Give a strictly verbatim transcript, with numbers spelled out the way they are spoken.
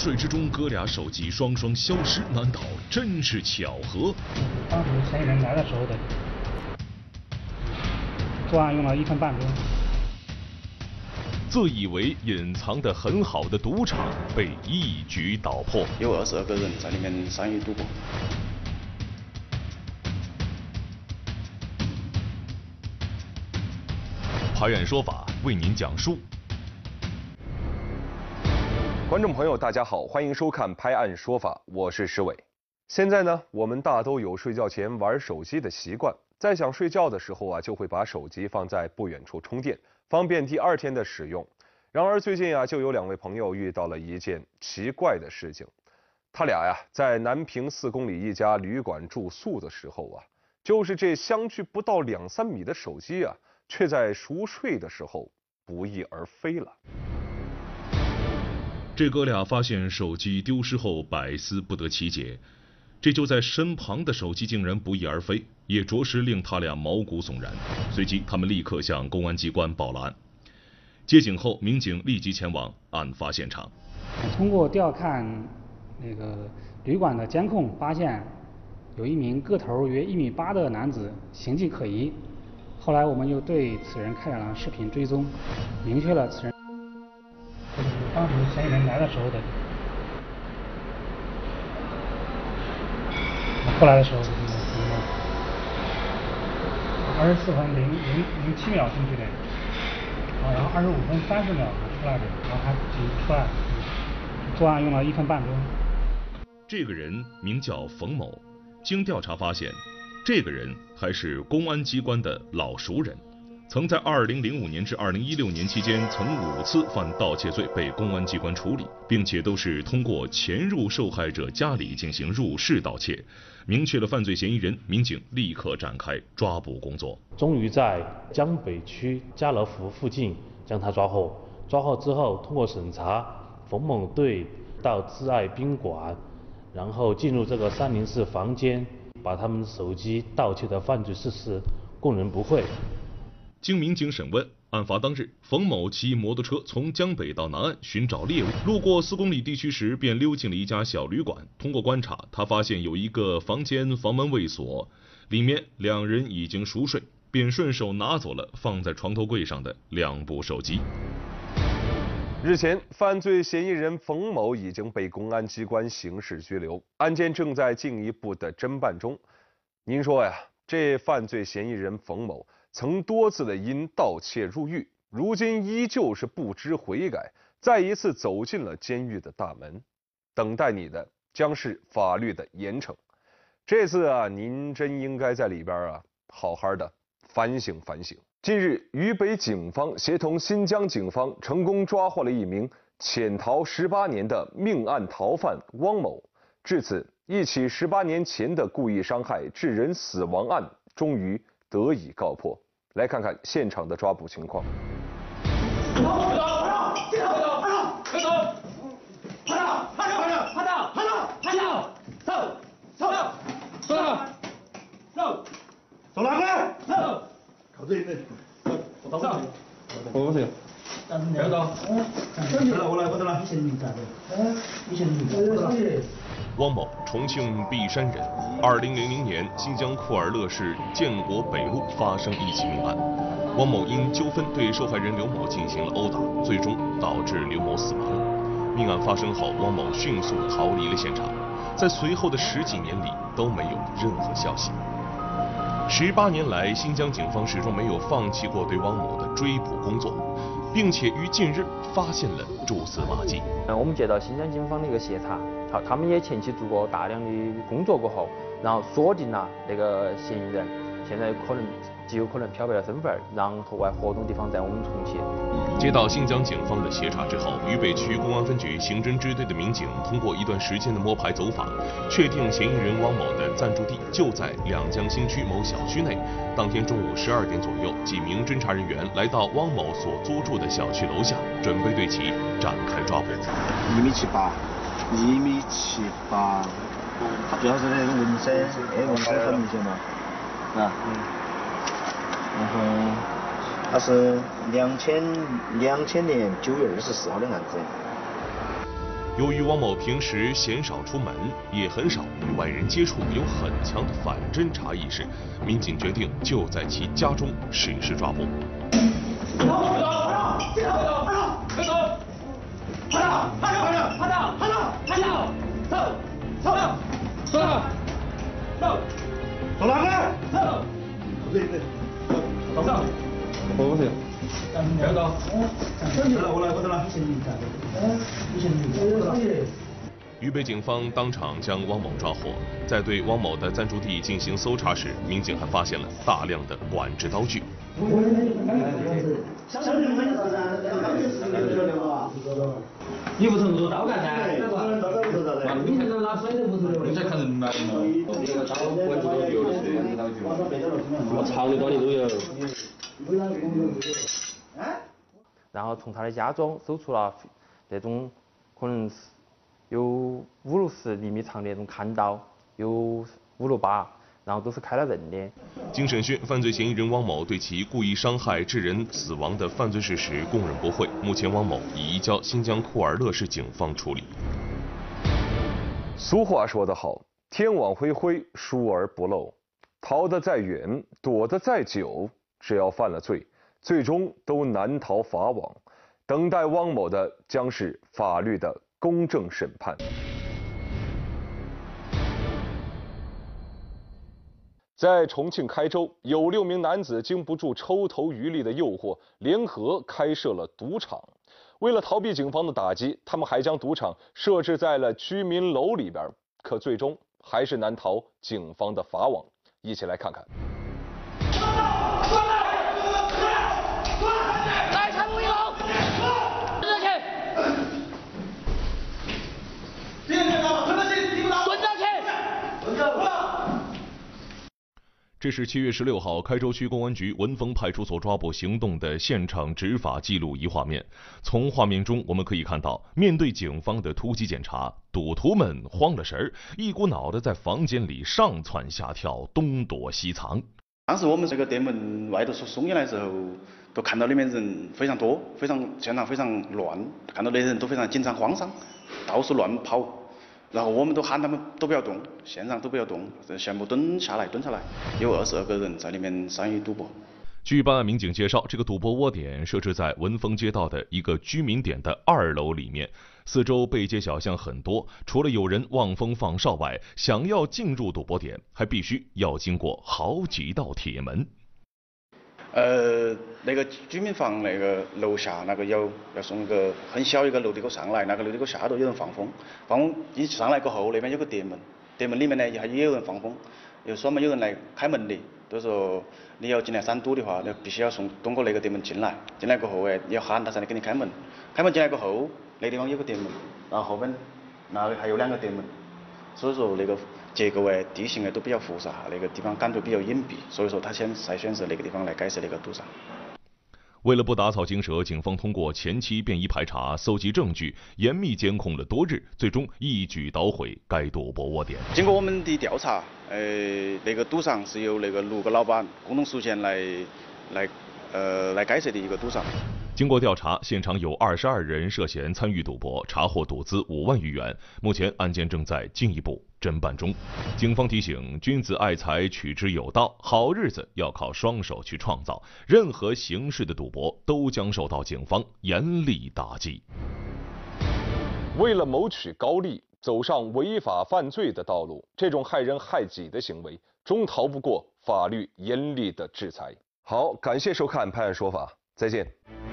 睡之中，哥俩手机双双消失，难道真是巧合？ 当时嫌疑人来的时候的作案用了一分半钟。 自以为隐藏得很好的赌场被一举捣破， 有二十二个人在里面参与赌博。 拍案说法为您讲述。 观众朋友，大家好，欢迎收看《拍案说法》，我是石伟。现在呢，我们大都有睡觉前玩手机的习惯，在想睡觉的时候啊，就会把手机放在不远处充电，方便第二天的使用。然而最近啊，就有两位朋友遇到了一件奇怪的事情。他俩呀，在南平四公里一家旅馆住宿的时候啊，就是这相距不到两三米的手机啊，却在熟睡的时候不翼而飞了。 这哥俩发现手机丢失后百思不得其解，这就在身旁的手机竟然不翼而飞，也着实令他俩毛骨悚然。随即他们立刻向公安机关报了案。接警后，民警立即前往案发现场。 通过调看那个旅馆的监控，发现有一名个头约一米八的男子形迹可疑。后来我们又对此人开展了视频追踪，明确了此人当时嫌疑人来的时候的。后来的时候是二十四分零零零七秒进去的，啊，然后二十五分三十秒出来的，然后还挤出来，作案用了一分半钟。 这个人名叫冯某，经调查发现，这个人还是公安机关的老熟人，曾在二零零五年至二零一六年期间，曾五次犯盗窃罪被公安机关处理，并且都是通过潜入受害者家里进行入室盗窃。明确了犯罪嫌疑人，民警立刻展开抓捕工作。 终于在江北区家乐福附近将他抓获。抓获之后，通过审查，冯某队到挚爱宾馆，然后进入这个三零四房间，把他们手机盗窃的犯罪事实供认不讳。 经民警审问，案发当日，冯某骑摩托车从江北到南岸寻找猎物，路过四公里地区时，便溜进了一家小旅馆。通过观察，他发现有一个房间房门未锁，里面两人已经熟睡，便顺手拿走了放在床头柜上的两部手机。 日前，犯罪嫌疑人冯某已经被公安机关刑事拘留，案件正在进一步的侦办中。您说呀，这犯罪嫌疑人冯某曾多次的因盗窃入狱，如今依旧是不知悔改，再一次走进了监狱的大门，等待你的将是法律的严惩。这次啊，您真应该在里边啊，好好的反省反省。近日，渝北警方协同新疆警方成功抓获了一名潜逃十八年的命案逃犯汪某。至此，一起十八年前的故意伤害致人死亡案终于得以告破。来看看现场的抓捕情况。 走哪个？走。靠这边。走。走。我不行。别走。嗯。我来，我来，我来。嗯，你先你先。 汪某，重庆璧山人。二零零零年，新疆库尔勒市建国北路发生一起命案。汪某因纠纷对受害人刘某进行了殴打，最终导致刘某死亡。命案发生后，汪某迅速逃离了现场，在随后的十几年里都没有任何消息。十八年来，新疆警方始终没有放弃过对汪某的追捕工作，并且于近日发现了蛛丝马迹。 我们接到新疆警方的一个协查，好，他们也前期做过大量的工作过后，然后锁定了那个嫌疑人，现在可能极有可能漂白了身份，然后外活动地方在我们重庆。 接到新疆警方的协查之后，渝北区公安分局刑侦支队的民警通过一段时间的摸排走访，确定嫌疑人汪某的暂住地就在两江新区某小区内。当天中午十二点左右，几名侦查人员来到汪某所租住的小区楼下，准备对其展开抓捕。 一米七八，一米七八，他主要是那个纹身，哎，纹身很明显嘛，啊，嗯，然后他是两千两千年九月二十四号的案子。 由于汪某平时鲜少出门，也很少与外人接触，有很强的反侦查意识，民警决定就在其家中实施抓捕。 走哪个？走。对对。走上。我不行。别走。来，我来，我来。 渝北警方当场将汪某抓获，在对汪某的暂住地进行搜查时，民警还发现了大量的管制刀具。 你不成都刀干噻？你现在拿水都不是。你在看人来吗？这个刀管制刀具有的是刀具，我长的短的都有。 然后从他的家中搜出了那种可能是有五六十厘米长的那种砍刀，有五六把，然后都是开了刃的。 经审讯，犯罪嫌疑人汪某对其故意伤害致人死亡的犯罪事实供认不讳。目前，汪某已移交新疆库尔勒市警方处理。 俗话说得好，天网恢恢，疏而不漏。逃得再远，躲得再久，只要犯了罪，最终都难逃法网。等待汪某的将是法律的公正审判。在重庆开州，有六名男子经不住抽头渔利的诱惑，联合开设了赌场。为了逃避警方的打击，他们还将赌场设置在了居民楼里边，可最终还是难逃警方的法网。一起来看看。 来，财务一楼，蹲上去，蹲上去，蹲上。 这是七月十六号开州区公安局文峰派出所抓捕行动的现场执法记录仪画面。从画面中我们可以看到，面对警方的突击检查，赌徒们慌了神儿，一股脑的在房间里上蹿下跳，东躲西藏。 当时我们这个店门外头所松进来的时候，都看到里面人非常多，非常现场非常乱，看到那些人都非常紧张慌张，到处乱跑。然后我们都喊他们都不要动，现场都不要动，全部蹲下来，蹲下来。有二十二个人在里面参与赌博。 据办案民警介绍，这个赌博窝点设置在文峰街道的一个居民点的二楼里面，四周背街小巷很多，除了有人望风放哨外，想要进入赌博点，还必须要经过好几道铁门。 呃，那个居民房那个楼下那个有要送一个很小一个楼梯沟上来，那个楼梯沟下头有人放风，放风一上来过后，那边有个铁门，铁门里面呢还也有人放风，有专门有人来开门的，都说你要进来散赌的话，你必须要从通过那个铁门进来，进来过后哎，你要喊他才能给你开门，开门进来过后，那个地方有个铁门，然后后边那还有两个铁门，所以说那个结构哎、地形哎都比较复杂，那个地方感觉比较隐蔽，所以说他先才选择那个地方来改设那个赌场。 为了不打草惊蛇，警方通过前期便衣排查、搜集证据，严密监控了多日，最终一举捣毁该赌博窝点。 经过我们的调查，呃，那个赌场是由那个六个老板共同出钱来来呃来改设的一个赌场。 经过调查，现场有二十二人涉嫌参与赌博，查获赌资五万余元。目前案件正在进一步侦办中。警方提醒：君子爱财，取之有道，好日子要靠双手去创造。任何形式的赌博都将受到警方严厉打击。 为了谋取高利，走上违法犯罪的道路，这种害人害己的行为，终逃不过法律严厉的制裁。好，感谢收看《拍案说法》，再见。